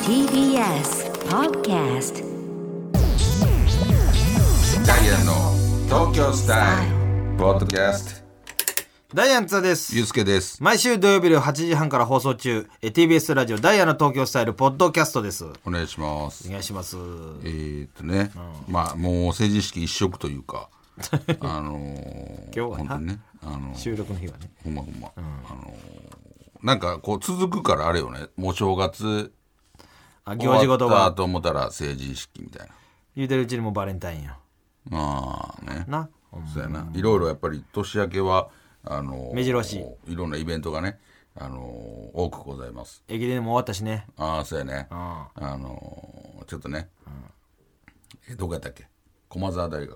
TBS Podcast ダイアンの東京スタイルポッドキャスト。 ダイアンツァです。 ゆうすけです。 毎週土曜日の8時半から放送中、TBS ラジオダイアンの東京スタイルポッドキャストです。 お願いします。 お願いします。 まあもう成人式一色というか今日は本当にね収録の日はね、 ほんま、なんかこう続くからあれよね、もう正月行事ごとが終わったと思ったら成人式みたいな。 言うてるうちにもバレンタインよまあね、 な。 そうやな。いろいろやっぱり年明けは目白押しいろんなイベントがね、多くございます。 駅伝も終わったしね。 そうやね。ちょっとね、どこやったっけ、駒澤大学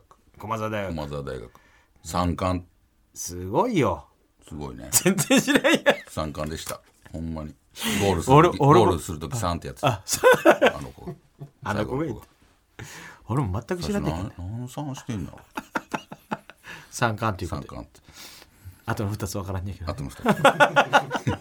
三冠。 すごいよ。 すごいね。 全然知らんやん。 三冠でした、ほんまに。ゴールするとき3ってやつ。あの子が言って、俺も全く知らんねんけどね。 何3してんの三冠っていうこと三冠ってあとの2つ分からんねんけど、ね、 あとの2つなんか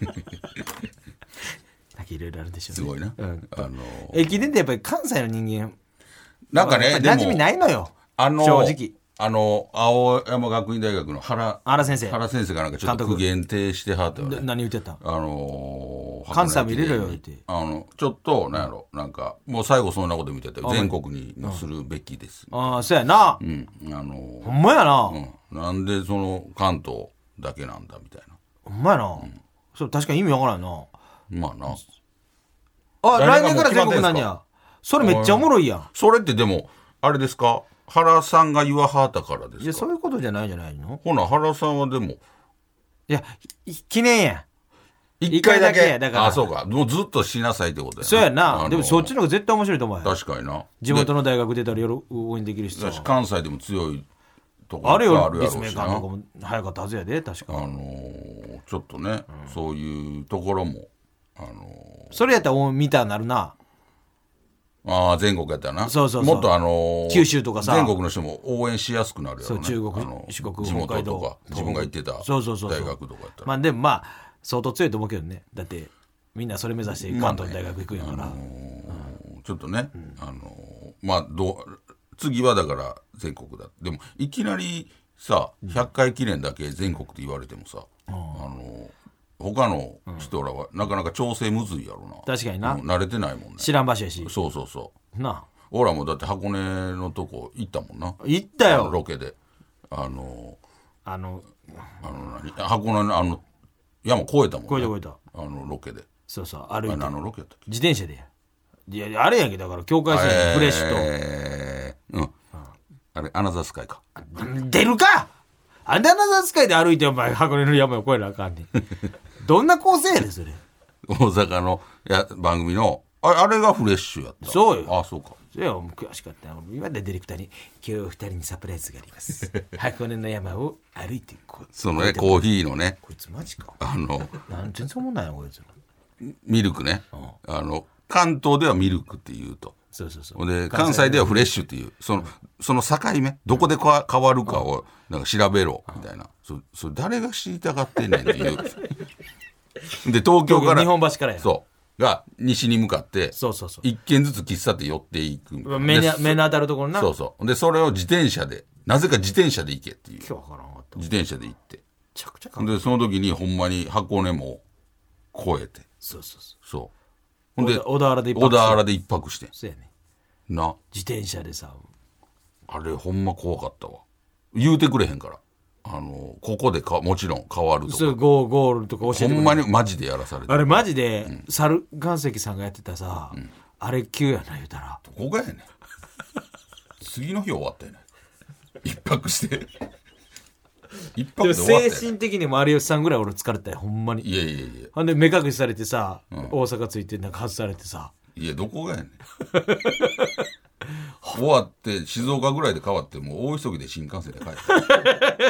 いろいろあるでしょうね。 すごいな、 駅伝ってやっぱり関西の人間なんかね、 馴染みないのよ、正直。 青山学院大学の原先生がなんかちょっと苦言呈してはったよね。 何言ってたん？ 関西も入れろよって。 ちょっとなんやろ、なんかもう最後そんなこと見てて、全国にするべきです、 そうやな、ほんまやな、 なんでその関東だけなんだみたいな。 ほんまやな、それ確かに意味わからんな。 まあな。 来年から全国なんや。それめっちゃおもろいやん。 それってでもあれですか、原さんが言わはったからですか？ いや、そういうことじゃないじゃないの。 ほな原さんはでも、 いや、記念や 1回だけやだから。 そうか、もうずっとしなさいってことやな。 そうやな、でもそっちの方が絶対面白いと思うよ。 確かにな。 地元の大学出たら応援できるしさ。 関西でも強いとこあるよ、 あるやろうしな。 立命館とかも早かったはずやで、確か。 ちょっとね、そういうところもそれやったら見たなるな。 全国やったらな。 そうもっと九州とかさ、 全国の人も応援しやすくなるやろね。 そう、中国、四国、 地元北海道とか自分が行ってたそう大学とかやったら、 まあでもまあ相当強いと思うけどね。だってみんなそれ目指して関東の大学行くんやから、 ちょっとね、まあ次はだから全国だ。でもいきなりさ、100回記念だけ全国って言われてもさ、他の人らはなかなか調整むずいやろな。 確かにな、 慣れてないもんね。 知らん場所やし。 そうなあ、 俺らもだって箱根のとこ行ったもんな。 行ったよ、 ロケで何箱根の山越えたもんね。 越えたロケで。 そう歩いて。 何のロケやったっけ？ 自転車で。いや、あれやんけ、だから境界線フレッシュと、 あれアナザースカイか。 出るか。アナザースカイで歩いてお前箱根の山を越えなあかんねん。どんな構成やでそれ。 大阪の番組のあれがフレッシュやった。 そうよ。 そうか。 そうよ、悔しかった。今でディレクターに今日2人にサプライズがあります。箱根の山を歩いてこう。 そのね、コーヒーのね、 こいつマジか。 なん全然思んないよこいつ。 ミルクね。関東ではミルクって言うと。 そうで関西ではフレッシュっていう、その境目、どこで変わるかをなんか調べろみたいな。それ誰が知りたがってんねんっていう。で東京から日本橋からや。 そうが西に向かって一軒ずつ喫茶店寄っていく。 目に当たるところな。 そうでそれを自転車で、なぜか自転車で行けっていう。 今日わからんかった。 自転車で行って、めちゃくちゃでその時にほんまに箱根も越えて、そうほんで小田原で一泊して。 そうやね。 な、 自転車でさ、 あれほんま怖かったわ。言うてくれへんから、ここでもちろん変わるとか、 そうゴールとか教えてくれ。 ほんまにマジでやらされて。 あれマジで、猿岩石さんがやってたさ、あれ急やな言うたら。 どこがやねん。次の日終わったよね。一泊して一泊で終わったよね。 精神的にも有吉さんぐらい俺疲れたよほんまに。 いやほんで目隠しされてさ、大阪着いてなんか外されてさ、 いやどこがやねん。終わって静岡ぐらいで変わって、もう大急ぎで新幹線で帰った。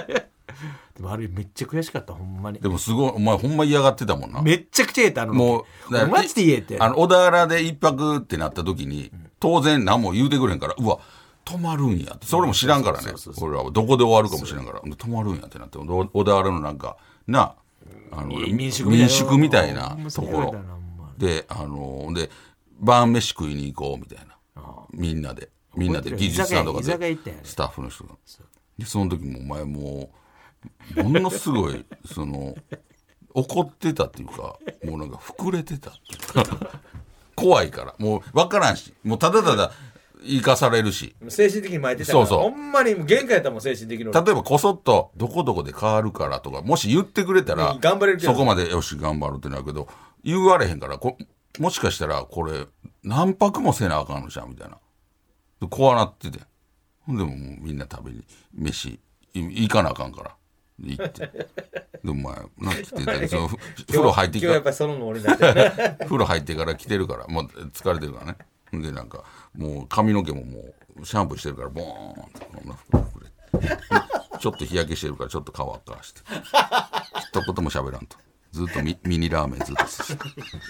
でもあれめっちゃ悔しかったほんまに。 でもすごい、お前ほんま嫌がってたもんな。 めっちゃくちゃ言えた。 もうマジで言えて、 小田原で一泊ってなった時に、当然何も言うてくれへんから、うわ泊まるんやって、それも知らんからね。俺らはどこで終わるかもしれんから、泊まるんやってなって、小田原のなんかな、 民宿みたいなところで、で晩飯食いに行こうみたいな、みんなで技術さんとかで居酒屋行ったんやねスタッフの人がでその時もお前もうものすごい怒ってたっていうかもうなんか膨れてたっていうか怖いからもう分からんしもうただただ生かされるし精神的に巻いてたからそうほんまにもう限界やったもん精神的に例えばこそっとどこどこで変わるからとかもし言ってくれたら頑張れるけどそこまでよし頑張るってなるけど言われへんからもしかしたらこれ何泊もせなあかんのじゃんみたいなでこうなっててほんでももうみんな食べに飯行かなあかんから行ってでお前なんて言ってたその風呂入って今日やっぱりそのノリになってるね風呂入ってから来てるからもう疲れてるからねでなんかもう髪の毛ももうシャンプーしてるからボーンってこんな膨れてちょっと日焼けしてるからちょっと乾かして一言も喋らんとずっとミニラーメンずっとすす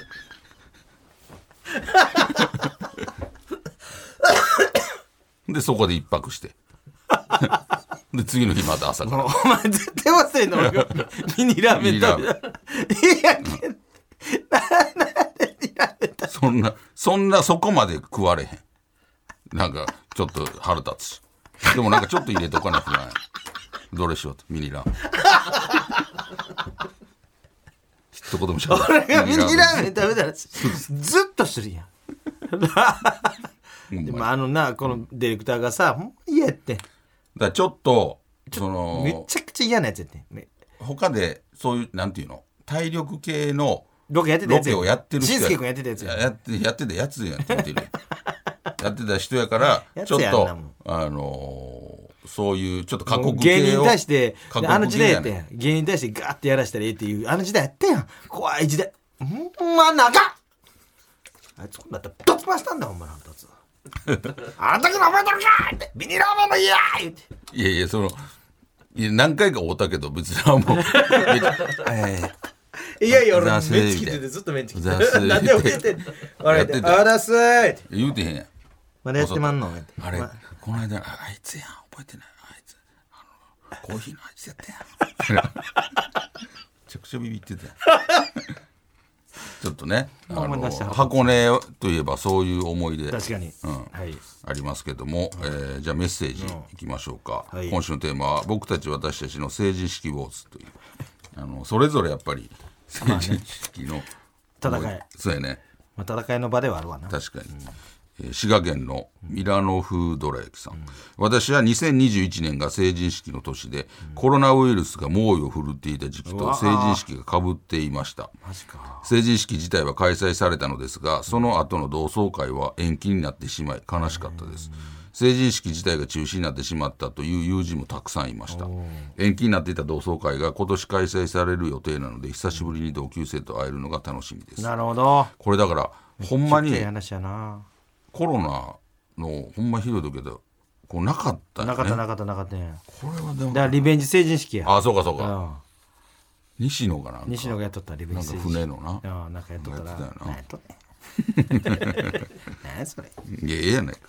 でそこで一泊してで次の日また朝からお前絶対忘れんの俺がミニラーメン食べたいやそんなそこまで食われへんなんかちょっと腹立つしでもなんかちょっと入れとかないとないどれしようとミニラーメン一言もしゃべら俺がミニラーメン食べたらずっとするやんでもこのディレクターがさほんま嫌やってだからちょっとめちゃくちゃ嫌なやつやって他でそういうなんていうの体力系のロケやってたやつロケをやってる人しんすけ君やってたやつややってたやつやってるやってた人やからやつちょっやんなもとそういうちょっと過酷芸人系をに対して過酷系あの時代やってねん芸人に対してガーってやらしたらええっていうあの時代やってんやん怖い時代ほんまなあかんあいつこんなったらぶっ飛ばしたんだほんまなあんたつあの時の覚えてるかってビニラーメンも嫌言っていやいや何回か会うたけど別にもういやいや俺ざーすメンチ切っててずっとメンチ切ってざーすなんで教えてん笑ってやってたあだすーって言うてへんやんまだやってまんのあれこの間あいつやん覚えてないあいつコーヒーのあいつやったやんめちゃくちゃビビってたやんちょっとね思い出した箱根といえばそういう思い出確かにはいありますけども、じゃあメッセージいきましょうか、 はい今週のテーマは僕たち私たちの成人式ウォーズというそれぞれやっぱり成人式の戦いそうやねまあ戦いの場ではあるわな確かに、滋賀県のミラノ風ドラ焼きさん、私は2021年が成人式の年で、コロナウイルスが猛威を振るっていた時期と成人式がかぶっていました。 マジか成人式自体は開催されたのですがその後の同窓会は延期になってしまい悲しかったです。成人式自体が中止になってしまったという友人もたくさんいました。延期になっていた同窓会が今年開催される予定なので久しぶりに同級生と会えるのが楽しみです。 なるほどこれだからほんまにちっちゃい話やなコロナのほんまひどい時だこうなかったよね。 なかったなかったなかったねこれはでもだからリベンジ成人式やあそうかそうか、 うん西野がなんか西野がやっとったリベンなんかジ成人式船のななんかやっとったらやってたよな何やっとんねん何それいやええやないか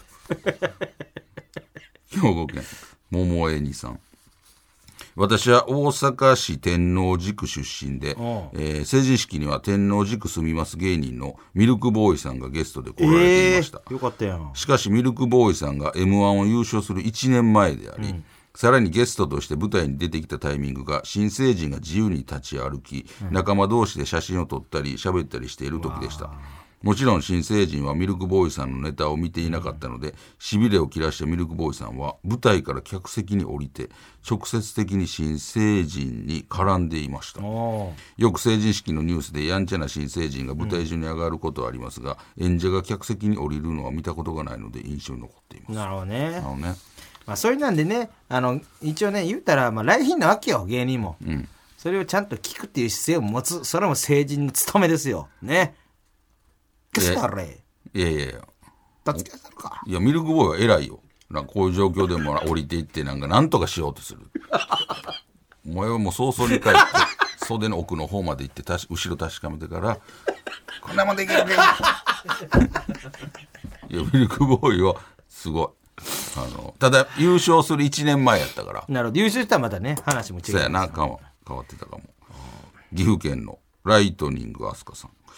兵庫県桃江にさん私は大阪市天王寺区出身で、成人式には天王寺区住みます芸人のミルクボーイさんがゲストで来られていました、 よかったやんしかしミルクボーイさんが M1 を優勝する1年前であり、さらにゲストとして舞台に出てきたタイミングが新成人が自由に立ち歩き、仲間同士で写真を撮ったり喋ったりしている時でした。もちろん新成人はミルクボーイさんのネタを見ていなかったので、しびれを切らしたミルクボーイさんは舞台から客席に降りて直接的に新成人に絡んでいました。よく成人式のニュースでやんちゃな新成人が舞台上に上がることはありますが、演者が客席に降りるのは見たことがないので印象に残っています。 なるほどねね、 まあ、そういうなんでね一応ね言うたらまあ来賓なわけよ芸人も、それをちゃんと聞くっていう姿勢を持つそれも成人の務めですよねキスだれいやいやいやどっちかしたのかいやミルクボーイは偉いよ。なんかこういう状況でも降りていってなんとかしようとするお前はもう早々に帰って袖の奥の方まで行って後ろ確かめてからこんなもんできるねいやミルクボーイはすごいただ優勝する1年前やったからなるほど優勝したらまたね話も違うそうやな変わってたかも。岐阜県のライトニングアスカさん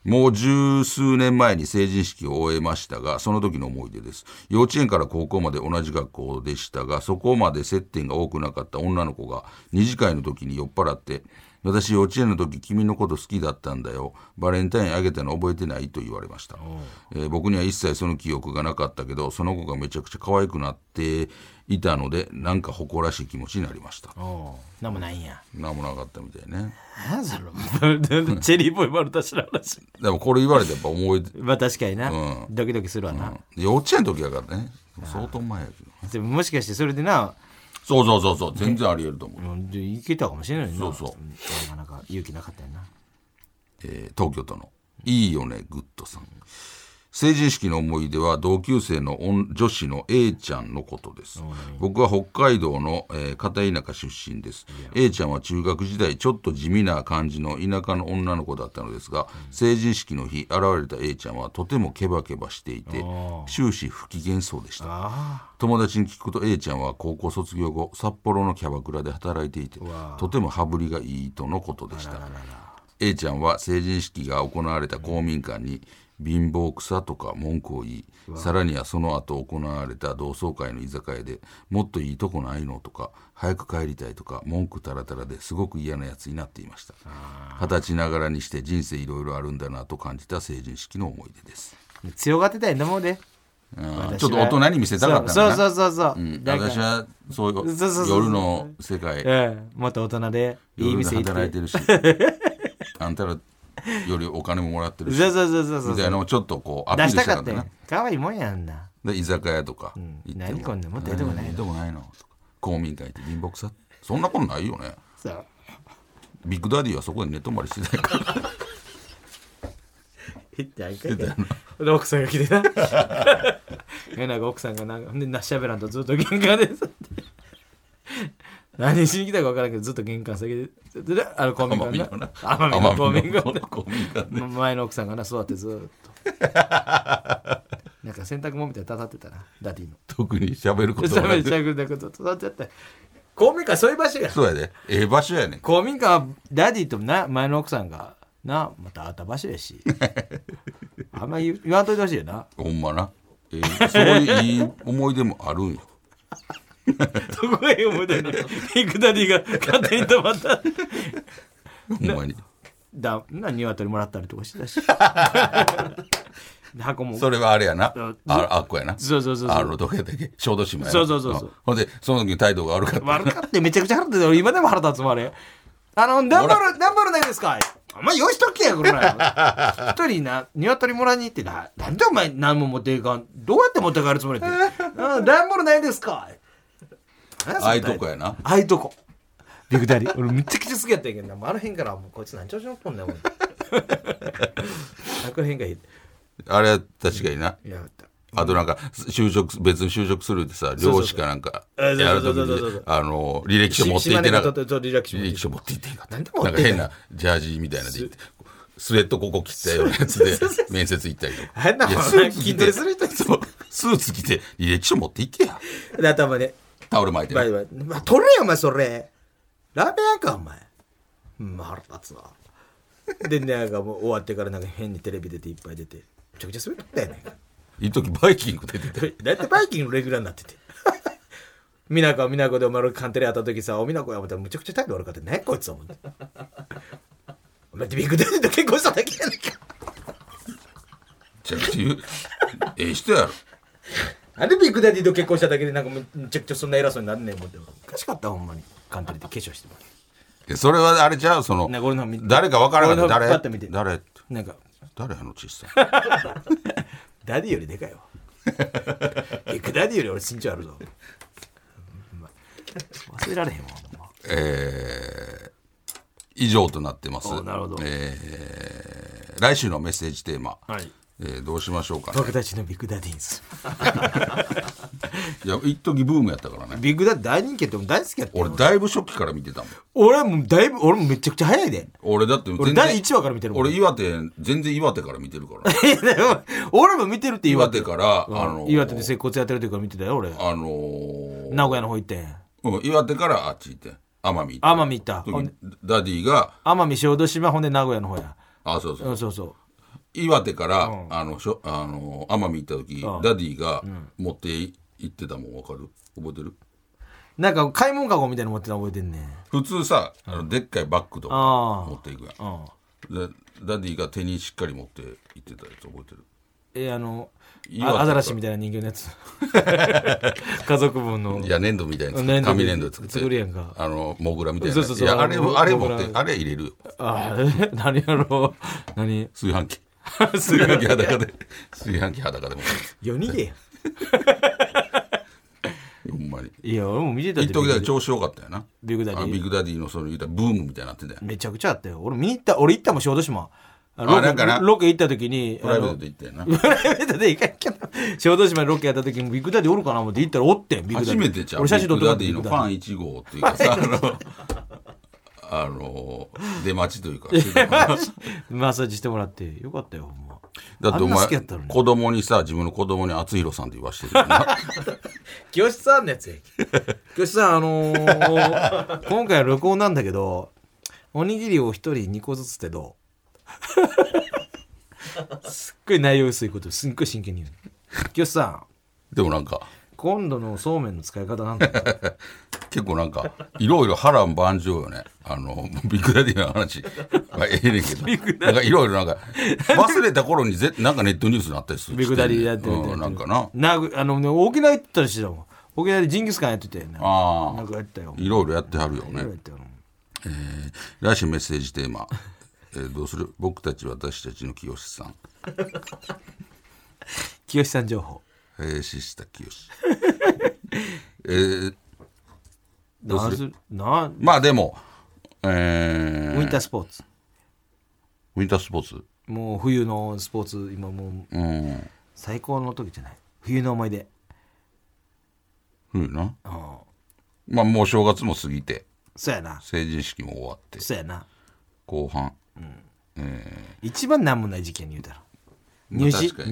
もう十数年前に成人式を終えましたが、その時の思い出です。幼稚園から高校まで同じ学校でしたが、そこまで接点が多くなかった女の子が二次会の時に酔っ払って、私幼稚園の時君のこと好きだったんだよ、バレンタインあげたの覚えてないと言われました。僕には一切その記憶がなかったけど、その子がめちゃくちゃ可愛くなっていたので、なんか誇らしい気持ちになりました。 なんもないんや。 なんもなかったみたいね。 なんそのチェリーボーイ丸出しの話。 でもこれ言われてやっぱ思い出、 まあ確かにな、ドキドキするわな、 幼稚園の時やからね、相当前やけど。 でももしかしてそれでな、 そう全然ありえると思う。 でいけたかもしれないな。 そうなかなか勇気なかったよな。 東京都のいいよねグッドさん。成人式の思い出は同級生の女子の A ちゃんのことです。僕は北海道の、片田舎出身です。 A ちゃんは中学時代ちょっと地味な感じの田舎の女の子だったのですが、成人式の日現れた A ちゃんはとてもケバケバしていて終始不機嫌そうでした。友達に聞くと A ちゃんは高校卒業後札幌のキャバクラで働いていて、とても羽振りがいいとのことでした。A ちゃんは成人式が行われた公民館に貧乏草とか文句を言い、さらにはその後行われた同窓会の居酒屋でもっといいとこないのとか早く帰りたいとか文句たらたらですごく嫌なやつになっていました。20歳ながらにして人生いろいろあるんだなと感じた成人式の思い出です。 強がってたんだもんで、 ちょっと大人に見せたかったんだな。 そう、 私はそういう夜の世界、 もっと大人でいい店行って働いてるしあんたらよりお金ももらってるしそうみたいなのをちょっとこうアピールしたかったな。 可愛いもんやんな。 で居酒屋とか行っても、 何こんなもっといいとこないの、 いいとこないのとか、公民館行って貧乏くさ、そんなことないよね。 そうビッグダディはそこで寝泊まりしてたから言ってあげてで奥さんが来てななんか奥さんがなんかでなしゃべらんとずっと玄関で何しに来たか分からんけどずっと玄関先で公民館な奄美の公民館で前の奥さんがな座ってずっとなんか洗濯物みたいにたたってたな、ダディの。 特に喋ることもなく喋ること座っちゃった公民館そういう場所や。 そうやで、ええ場所やねん。 公民館はダディとな前の奥さんがなまた会った場所やしあんま言わんといてほしいよな。 ほんまな、そういういい思い出もあるんよどこへ思い出のビッグダディが勝手に泊まったほんまに鶏もらったりとかしてたし箱もそれはあれやな、あっこやな。 そうどこやったっけ、小豆島やな。 そうほんでその時に態度が悪かってめちゃくちゃ腹立って今でも腹立つもんあれ。段ボールないですか、お前用意しとけやこれ一人な鶏もらいに行ってなんでお前何も持っていかん、どうやって持って帰るつもりって段ボールないですか、 あいとこやな、 あいとこビッグダディ俺めちゃくちゃ好きやったんやけどな、あの辺からもうこいつ何調子乗っとんねんあの辺がいい。 あれは確かにな。あとなんか別に就職するってさ、漁師かなんかやるときに履歴書持っていってなかった。履歴書持っていってんかった。なんか変なジャージみたいなで行ってスウェットここ切ったようなやつで面接行ったりとか。 変な筋トレする人スーツ着て履歴書持っていけや。 で頭でタオル巻いて取れよお前それラーメン屋かお前、腹立つわでなんかもう終わってからなんか変にテレビ出ていっぱい出てめちゃくちゃ滑ったよね。 いい時バイキング出ててだいたいバイキングのレギュラーになってて美奈子でお前カンテレやった時さ、お美奈子や思ったらむちゃくちゃ態度悪かったねこいつは思ってお前ってビッグダディと結婚しただけやねんかちゃくちゃええ人やろ。 なんでビッグダディと結婚しただけでなんかむちゃくちゃそんな偉そうになんねん思っておかしかったほんまに。カンテレで化粧してもそれはあれちゃう、その誰か分からなかった。誰なんか誰あの小さいダディよりでかいわビッグダディより俺身長あるぞ忘れられへんわ。 以上となってます。 なるほど。 来週のメッセージテーマ、 はい、 どうしましょうかね。 僕たちのビッグダディーズいや一時ブームやったからね。 ビッグダディ大人気やって大好きやった。 俺だいぶ初期から見てたもん。 俺もめちゃくちゃ早いで。 俺だって俺第1話から見てるもん。 俺全然岩手から見てるから俺も見てるって岩手から岩手で接骨やってる時から見てたよ俺。名古屋の方行って岩手からあっち行って奄美行ったダディが奄美小豆島ほんで名古屋の方や。 そう岩手から、 うん、 奄美行った時、 うん、 ダディが持って行ってたもん。分かる？覚えてる？ なんか買い物かごみたいなの持ってたの覚えてんね。 普通さ、でっかいバッグとか持っていくやん。でダディが手にしっかり持って行ってたやつ覚えてる？アザラシみたいな人形のやつ家族分のいや粘土みたいな紙粘土作るやんか。モグラみたいな。そうそうそう。いやあれ持ってあれ入れるよ。 何やろう。何？ 炊飯器炊飯器裸で炊飯器裸でも夜逃げやほんまに。 いや俺も見てた。 一時だけ調子良かったよな。 ビッグダディ。 ビッグダディのその言うたらブームみたいになってたよ。 めちゃくちゃあったよ。俺見に行った。俺行ったもん小豆島。ロケ行った時にプライベートで行ったよな。 プライベートで行かんけど小豆島でロケやった時にビッグダディおるかな思って行ったらおってん。ビッグダディ初めてちゃう。 俺写真撮ってビッグダディのファン1号っていうかさ出待ちというかマッサージしてもらってよかったよほんま。 だってお前子供にさ自分の子供に厚弘さんって言わしてるよな清さんのやつや清さん今回は録音なんだけどおにぎりを一人2個ずつってどうすっごい内容薄いことすっごい真剣に言う。清さんでもなんか今度のそうめんの使い方なんだ結構なんかいろいろ波乱万丈よね。ビッグダディの話まあええねんけどなんかいろいろなんか忘れた頃になんかネットニュースになったりする。 ビッグダディやってるなんかな沖縄行ってたりしてたもん。沖縄でジンギスカンやってたよね。なんかやったよ。 いろいろやってはるよね。来週メッセージテーマどうする？僕たち私たちの清さん清さん情報シスタ清どうする？ まあでもウィンタースポーツウィンタースポーツもう冬のスポーツ今もう、最高の時じゃない冬の思い出。 冬な、まあもう正月も過ぎてそうやな成人式も終わってそうやな後半、 一番なんもない時期に言うたら入試受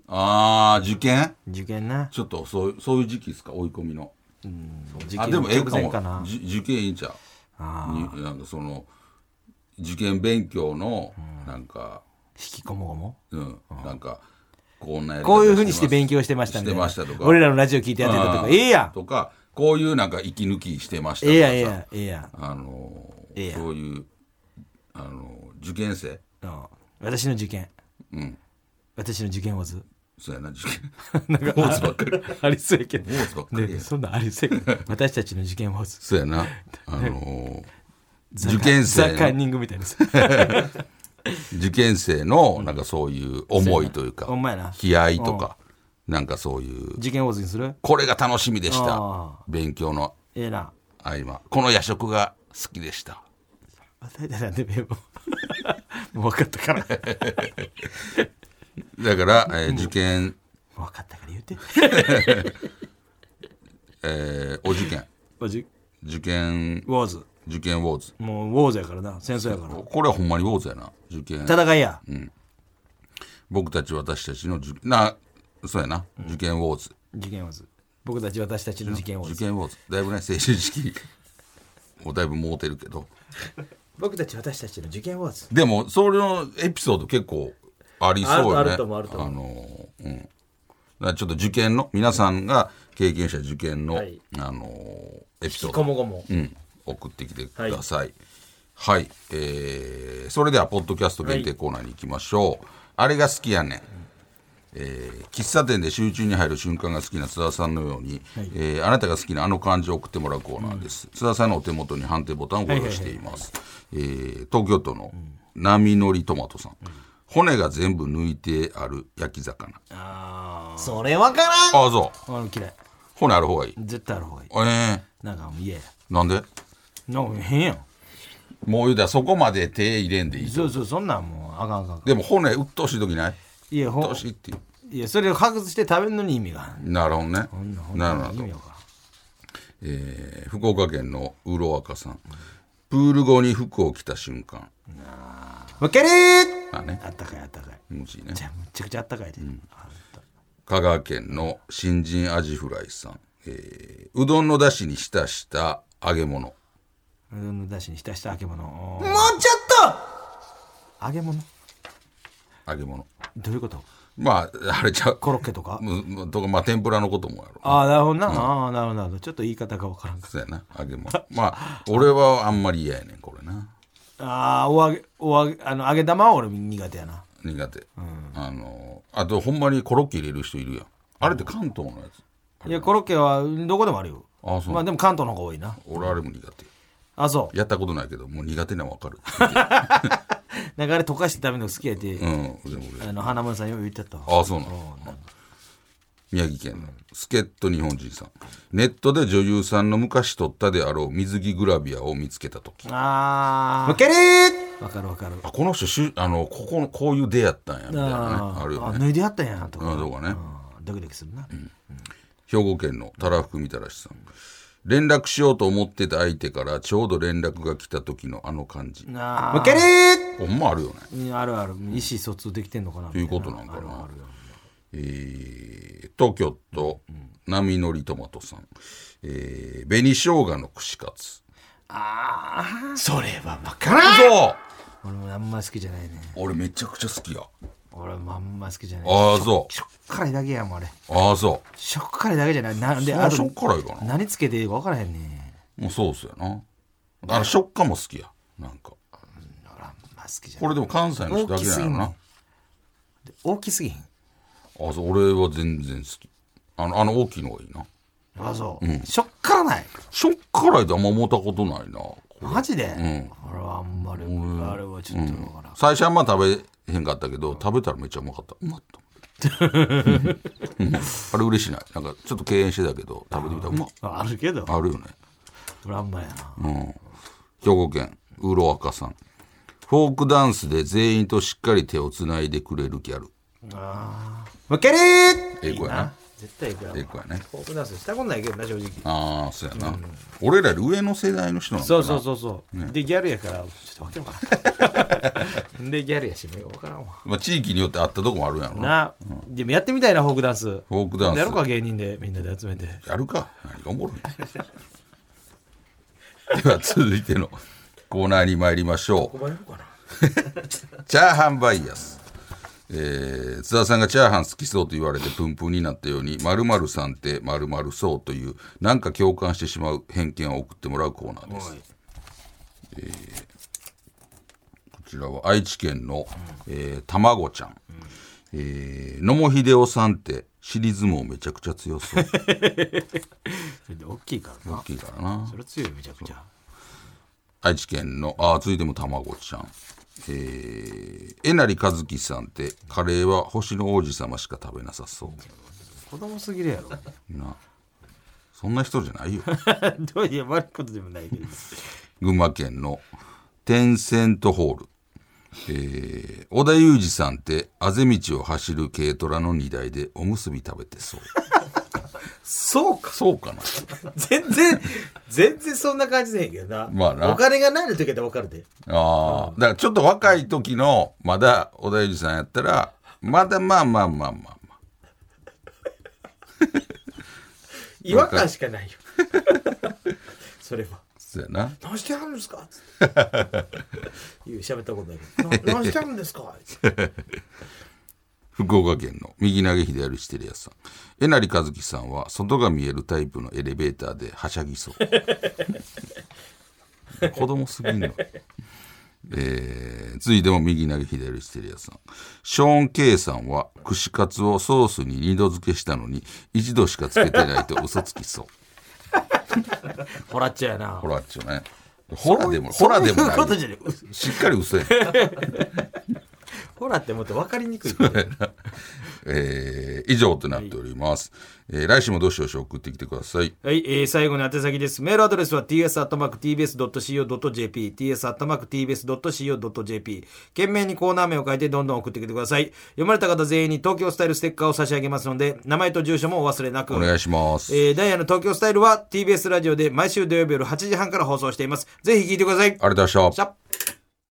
験な。 ちょっとそういう時期ですか追い込みの。でもかも受験いいんちゃう。なんかその受験勉強のなんか引きこもごも、 なんかこんなやり方こういうふうにして勉強してましたみたいなとか俺らのラジオ聞いてやってたとかやんとかこういうなんか息抜きしてましたとかさそういう受験生私の受験私の受験オズそうやな受験なんかオズばっかりありそうやけどオズばっかりそんなんありそうやけど私たちの受験オズそうやな受験生ザ・カンニングみたいな受験生のなんかそういう思いというか悲哀とかなんかそういう受験オズにする。これが楽しみでした勉強の合間この夜食が好きでしたもう分かったからだから、受験分かったから言うてお受験受験ウォーズ受験ウォーズもうウォーズやからな戦争やからこれはほんまにウォーズやな受験戦いや、 僕たち私たちのそうやな、受験ウォーズ受験ウォーズ僕たち私たちの受験ウォーズ受験ウォーズだいぶね成人式もうだいぶもうてるけど僕たち私たちの受験ウォーズでもそれのエピソード結構ありそうよね。 あると思うだからちょっと受験の皆さんが経験した受験の、エピソードこもごも、 送ってきてください。はい、それではポッドキャスト限定コーナーに行きましょう。あれが好きやねん。喫茶店で集中に入る瞬間が好きな津田さんのように、あなたが好きなあの漢字を送ってもらうコーナーです。津田さんのお手元に判定ボタンをご用意しています。東京都の波乗りトマトさん、骨が全部抜いてある焼き魚。 それ分からん。 そう嫌い。 骨ある方がいい。 絶対ある方がいい。なんかもう嫌や。 なんで？ なんか変やん。 もう言うたらそこまで手入れんでいい。 そうそんなんもうあかん。 でも骨うっとうしい時ない？ いや、うっとうしいっていう。いや、それを外して食べるのに意味がある。 なるほどね。なるほど。 意味か。 福岡県のうろあかさん、プール後に服を着た瞬間。 わけるー。 あったかい。 むちね。 じゃめちゃくちゃあったかいで。 香川県の新人アジフライさん、うどんのだしに浸した揚げ物。 うどんのだしに浸した揚げ物。もうちょっと揚げ物どういうこと？ まああれちゃうコロッケとかとか、まあ天ぷらのこともやろ。 ああなるほどな、ああなるほどなるほど。ちょっと言い方が分からんかそうやな、揚げ物まあ俺はあんまり嫌やねんこれな。 ああ揚げ玉は俺苦手やな。 苦手、あとほんまにコロッケ入れる人いるやん。あれって関東のやつ？ いやコロッケはどこでもあるよ。 あそう。 まあでも関東の方が多いな。 俺あれも苦手。 あそうやったことないけどもう苦手なの分かるなんかあれ溶かして食べるの好きやって、 でも花村さんよく言ってたわ。 あそうなの。宮城県の助っ人日本人さん、ネットで女優さんの昔撮ったであろう水着グラビアを見つけた時、 あむけりーわかるわかる。 あこの人ここのこういう出会ったんやみたいなねあるよね。 脱いでやったんやとか、 どうかね。 ドキドキするな、 兵庫県のたらふくみたらしさん、連絡しようと思ってた相手からちょうど連絡が来た時のあの感じ。 むけりーほんまあるよね。 あるある。意思疎通できてんのかなということなんかな。 あるある東京都波乗りトマトさん、紅生姜の串カツ。 ああそれは分からん。 そう俺もあんま好きじゃないね。 俺めちゃくちゃ好きや。 俺もあんま好きじゃない。 ああそうしょっ辛いだけやもんあれ。 ああそうしょっ辛いだけじゃない。なんでそれはしょっ辛いかな。 何つけていいか分からへんね。 もうソースやな。食感も好きや。なんか俺あんま好きじゃない。 これでも関西の人だけなのな。 大きすぎん。 あそう俺は全然好き。大きいのがいいな。 あそう、しょっからない。 しょっ辛いってあんま思ったことないな。 マジで、俺はあんまりあれはちょっとわからん、 最初あんま食べへんかったけど食べたらめっちゃうまかった。うまっとあれ嬉しいない。なんかちょっと敬遠してたけど食べてみたらうまっ。 あるけどあるよね。 俺あんまやな、 兵庫県ウロアカさん、フォークダンスで全員としっかり手をつないでくれるギャル。 むけりーええ子やな。 絶対ええ子やわ。 ええ子やね。 フォークダンスしたことないけどな正直。 ああそうやな、俺らより上の世代の人なのかな。 そう、でギャルやからちょっとわけんかなでギャルやしもう分からんわまあ、地域によってあったとこもあるやろな、でもやってみたいなフォークダンス。フォークダンスやろうか芸人でみんなで集めてやるか。何がおもろいでは続いてのコーナーに参りましょう。チャーハンバイアス。津田さんがチャーハン好きそうと言われてプンプンになったように〇〇さんって〇〇そうというなんか共感してしまう偏見を送ってもらうコーナーです。こちらは愛知県の、たまごちゃん、野茂英雄さんって尻相撲めちゃくちゃ強そうそれで大きいからな。 大きいからな。 それ強いめちゃくちゃ。 愛知県の続いてもたまごちゃん、えなりかずきさんってカレーは星の王子様しか食べなさそう。 子供すぎるやろな、そんな人じゃないよどういう悪いことでもないけど群馬県のテンセントホール、織田裕二さんってあぜ道を走る軽トラの荷台でおむすび食べてそうそうかそうかな全然そんな感じでへんけどな。 まあな、 お金がないの時は分かるで。 ああ、だからちょっと若い時のまだ織田裕二さんやったらまだまあ違和感しかないよそれはそうやな。 何してはるんですか喋ったことないけど何してはるんですか福岡県の右投げ左打ちテレアさん、えなりかずきさんは外が見えるタイプのエレベーターではしゃぎそう子供すぎんの。続いても右投げ左打ちテレアさん、ショーン・ケイさんは串カツをソースに2度漬けしたのに1度しかつけてないと嘘つきそうホラッチョやな。 ホラッチョね。ホラでもないことじゃねしっかり嘘やホラってもっと分かりにくい以上となっております、来週もどしどし送ってきてください。 はい、最後に宛先です。メールアドレスは ts@tbs.co.jp ts@tbs.co.jp 懸命にコーナー名を書いてどんどん送ってきてください。読まれた方全員に東京スタイルステッカーを差し上げますので名前と住所もお忘れなくお願いします。 ダイヤの東京スタイルは TBS ラジオで毎週土曜日夜8時半から放送しています。ぜひ聞いてください。 ありがとうございました。